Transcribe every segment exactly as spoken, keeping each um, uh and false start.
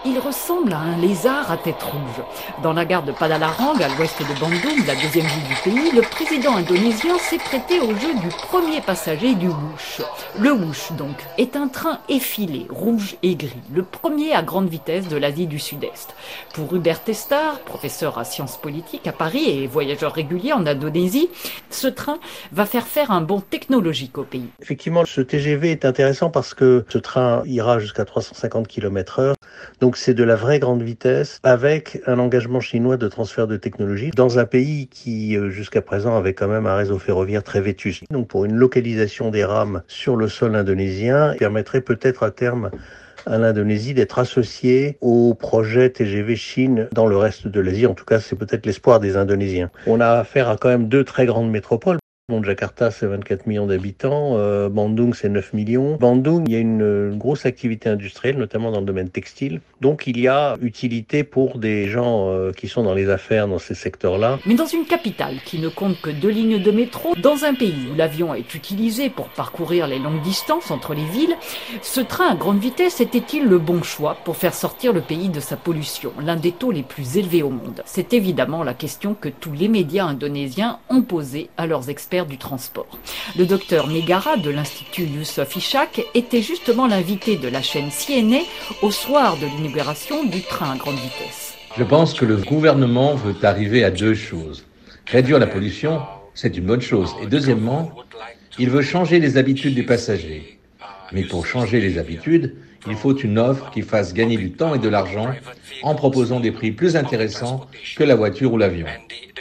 Il ressemble à un lézard à tête rouge. Dans la gare de Padalarang, à l'ouest de Bandung, la deuxième ville du pays, le président indonésien s'est prêté au jeu du premier passager du Wush. Le Wush, donc, est un train effilé, rouge et gris, le premier à grande vitesse de l'Asie du Sud-Est. Pour Hubert Testar, professeur à sciences politiques à Paris et voyageur régulier en Indonésie, ce train va faire faire un bond technologique au pays. Effectivement, ce T G V est intéressant parce que ce train ira jusqu'à trois cent cinquante kilomètres heure. Donc c'est de la vraie grande vitesse avec un engagement chinois de transfert de technologie dans un pays qui jusqu'à présent avait quand même un réseau ferroviaire très vétuste. Donc pour une localisation des rames sur le sol indonésien permettrait peut-être à terme à l'Indonésie d'être associée au projet T G V Chine dans le reste de l'Asie. En tout cas, c'est peut-être l'espoir des Indonésiens. On a affaire à quand même deux très grandes métropoles. Bon, Jakarta, c'est vingt-quatre millions d'habitants. Euh, Bandung, c'est neuf millions. Bandung, il y a une, une grosse activité industrielle, notamment dans le domaine textile. Donc, il y a utilité pour des gens euh, qui sont dans les affaires dans ces secteurs-là. Mais dans une capitale qui ne compte que deux lignes de métro, dans un pays où l'avion est utilisé pour parcourir les longues distances entre les villes, ce train à grande vitesse était-il le bon choix pour faire sortir le pays de sa pollution, l'un des taux les plus élevés au monde? C'est évidemment la question que tous les médias indonésiens ont posée à leurs experts du transport. Le docteur Negara de l'Institut Yusof Ishak était justement l'invité de la chaîne C N A au soir de l'inauguration du train à grande vitesse. Je pense que le gouvernement veut arriver à deux choses. Réduire la pollution, c'est une bonne chose. Et deuxièmement, il veut changer les habitudes des passagers. Mais pour changer les habitudes, il faut une offre qui fasse gagner du temps et de l'argent en proposant des prix plus intéressants que la voiture ou l'avion.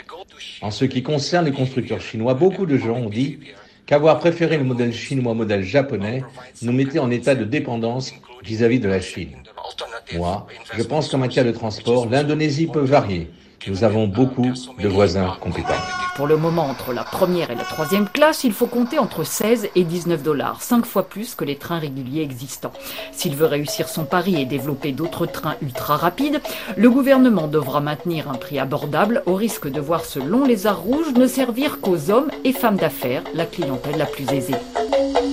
En ce qui concerne les constructeurs chinois, beaucoup de gens ont dit qu'avoir préféré le modèle chinois au modèle japonais nous mettait en état de dépendance vis-à-vis de la Chine. Moi, je pense qu'en matière de transport, l'Indonésie peut varier. Nous avons beaucoup de voisins compétents. Pour le moment, entre la première et la troisième classe, il faut compter entre seize et dix-neuf dollars, cinq fois plus que les trains réguliers existants. S'il veut réussir son pari et développer d'autres trains ultra rapides, le gouvernement devra maintenir un prix abordable au risque de voir ce long lézard rouge ne servir qu'aux hommes et femmes d'affaires, la clientèle la plus aisée.